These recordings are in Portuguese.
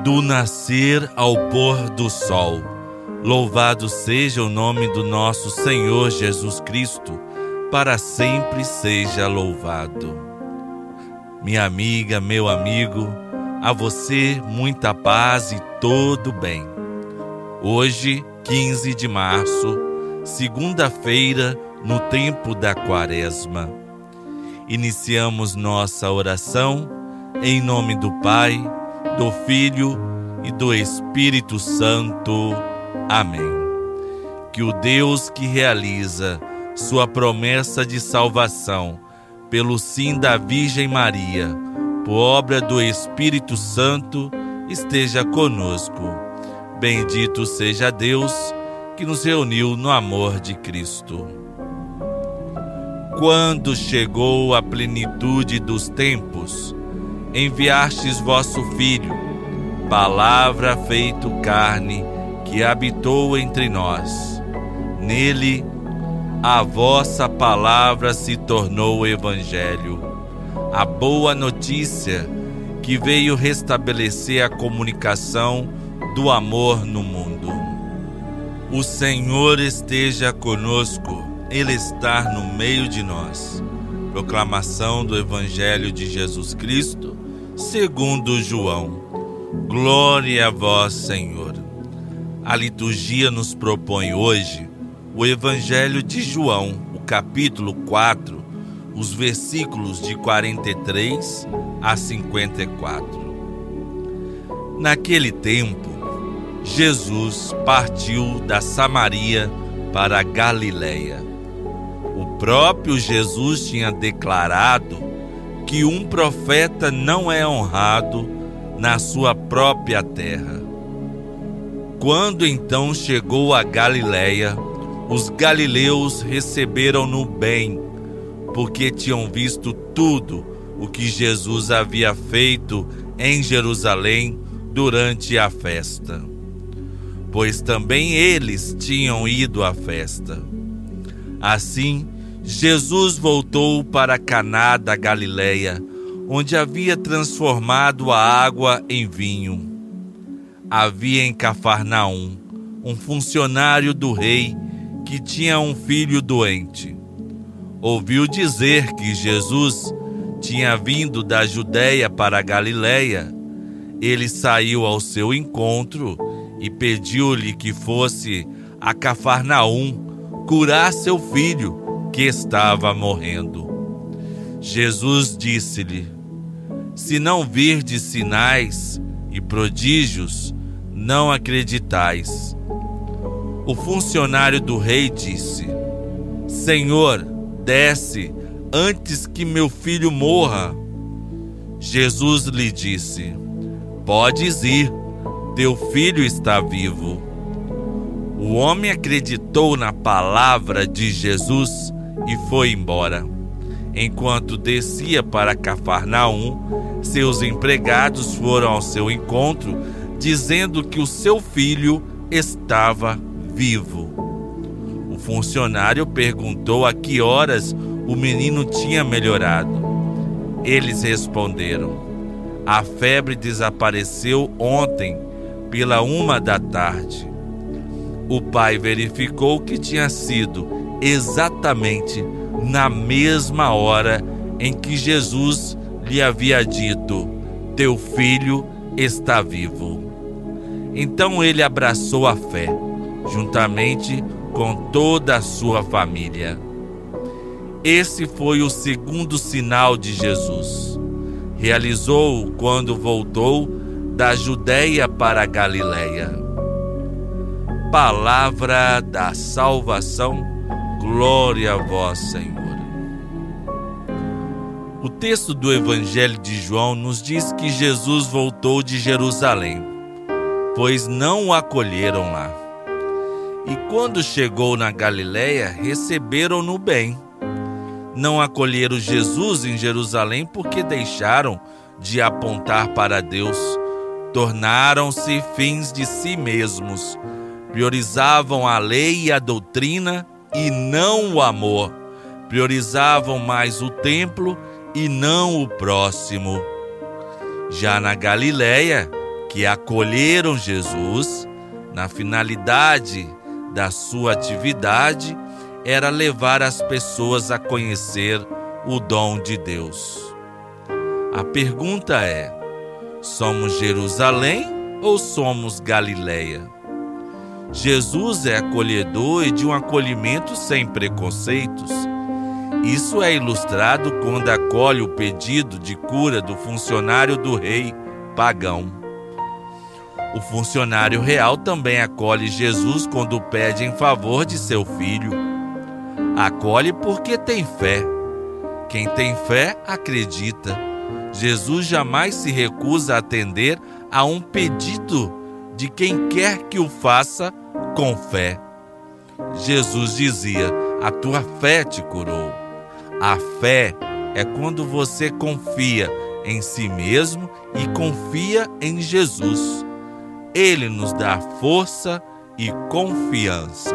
do nascer ao pôr do sol. Louvado seja o nome do nosso Senhor Jesus Cristo, para sempre seja louvado. Minha amiga, meu amigo, a você muita paz e todo bem. Hoje, 15 de março, segunda-feira, no tempo da Quaresma. Iniciamos nossa oração em nome do Pai, do Filho e do Espírito Santo. Amém. Que o Deus que realiza sua promessa de salvação pelo sim da Virgem Maria, por obra do Espírito Santo, esteja conosco. Bendito seja Deus que nos reuniu no amor de Cristo. Quando chegou a plenitude dos tempos, enviastes vosso Filho, palavra feito carne, que habitou entre nós. Nele, a vossa palavra se tornou evangelho, a boa notícia que veio restabelecer a comunicação do amor no mundo. O Senhor esteja conosco, Ele está no meio de nós. Proclamação do Evangelho de Jesus Cristo, segundo João. Glória a vós, Senhor. A liturgia nos propõe hoje o Evangelho de João, o capítulo 4, os versículos de 43 a 54. Naquele tempo, Jesus partiu da Samaria para a Galileia. O próprio Jesus tinha declarado que um profeta não é honrado na sua própria terra. Quando então chegou a Galileia, os galileus receberam-no bem, porque tinham visto tudo o que Jesus havia feito em Jerusalém durante a festa. Pois também eles tinham ido à festa. Assim, Jesus voltou para Caná da Galileia, onde havia transformado a água em vinho. Havia em Cafarnaum um funcionário do rei que tinha um filho doente. Ouviu dizer que Jesus tinha vindo da Judeia para a Galileia. Ele saiu ao seu encontro e pediu-lhe que fosse a Cafarnaum curar seu filho, que estava morrendo. Jesus disse-lhe: se não virdes sinais e prodígios, não acreditais. O funcionário do rei disse: Senhor, desce antes que meu filho morra. Jesus lhe disse: podes ir, teu filho está vivo. O homem acreditou na palavra de Jesus e foi embora. Enquanto descia para Cafarnaum, seus empregados foram ao seu encontro, dizendo que o seu filho estava vivo. O funcionário perguntou a que horas o menino tinha melhorado. Eles responderam: a febre desapareceu ontem, pela 1h. O pai verificou que tinha sido exatamente na mesma hora em que Jesus lhe havia dito: teu filho está vivo. Então ele abraçou a fé, juntamente com toda a sua família. Esse foi o segundo sinal de Jesus. Realizou-o quando voltou da Judeia para a Galileia. Palavra da salvação, glória a vós, Senhor. O texto do Evangelho de João nos diz que Jesus voltou de Jerusalém, pois não o acolheram lá. E quando chegou na Galileia, receberam-no bem. Não acolheram Jesus em Jerusalém porque deixaram de apontar para Deus. Tornaram-se fins de si mesmos. Priorizavam a lei e a doutrina e não o amor. Priorizavam mais o templo e não o próximo. Já na Galileia, que acolheram Jesus, na finalidade da sua atividade, era levar as pessoas a conhecer o dom de Deus. A pergunta é: somos Jerusalém ou somos Galileia? Jesus é acolhedor e de um acolhimento sem preconceitos. Isso é ilustrado quando acolhe o pedido de cura do funcionário do rei pagão. O funcionário real também acolhe Jesus quando pede em favor de seu filho. Acolhe porque tem fé. Quem tem fé, acredita. Jesus jamais se recusa a atender a um pedido de quem quer que o faça com fé. Jesus dizia: a tua fé te curou. A fé é quando você confia em si mesmo e confia em Jesus. Ele nos dá força e confiança.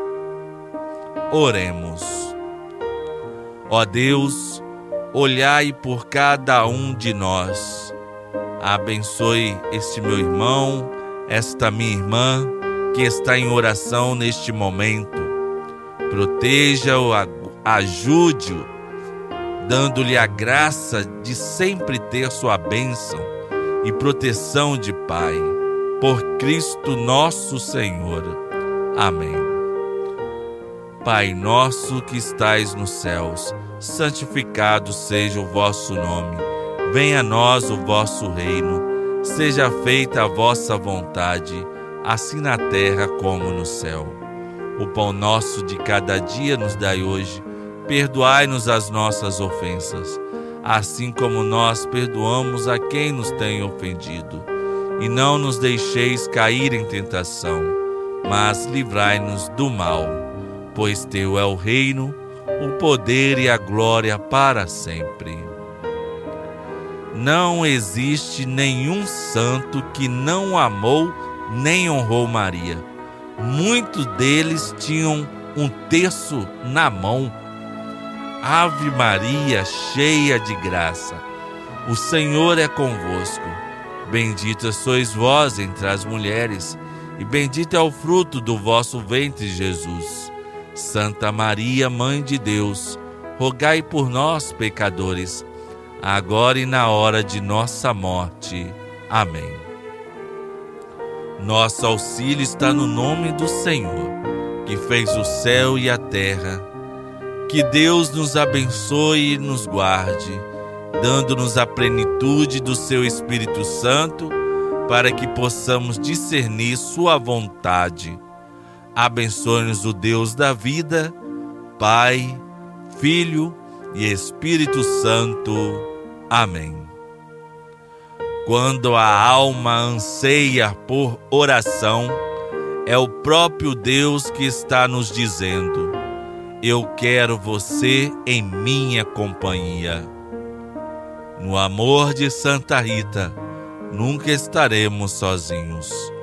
Oremos. Ó Deus, olhai por cada um de nós. Abençoe este meu irmão, esta minha irmã, que está em oração neste momento. Proteja-o, ajude-o, dando-lhe a graça de sempre ter sua bênção e proteção de Pai. Por Cristo nosso Senhor. Amém. Pai nosso que estais nos céus, santificado seja o vosso nome. Venha a nós o vosso reino. Seja feita a vossa vontade, assim na terra como no céu. O pão nosso de cada dia nos dai hoje. Perdoai-nos as nossas ofensas, assim como nós perdoamos a quem nos tem ofendido. E não nos deixeis cair em tentação, mas livrai-nos do mal. Pois teu é o reino, o poder e a glória para sempre. Não existe nenhum santo que não amou nem honrou Maria. Muitos deles tinham um terço na mão. Ave Maria, cheia de graça, o Senhor é convosco. Bendita sois vós entre as mulheres, e bendito é o fruto do vosso ventre, Jesus. Santa Maria, Mãe de Deus, rogai por nós, pecadores, agora e na hora de nossa morte. Amém. Nosso auxílio está no nome do Senhor, que fez o céu e a terra. Que Deus nos abençoe e nos guarde, dando-nos a plenitude do seu Espírito Santo, para que possamos discernir sua vontade. Abençoe-nos o Deus da vida, Pai, Filho e Espírito Santo. Amém. Quando a alma anseia por oração, é o próprio Deus que está nos dizendo: eu quero você em minha companhia. No amor de Santa Rita, nunca estaremos sozinhos.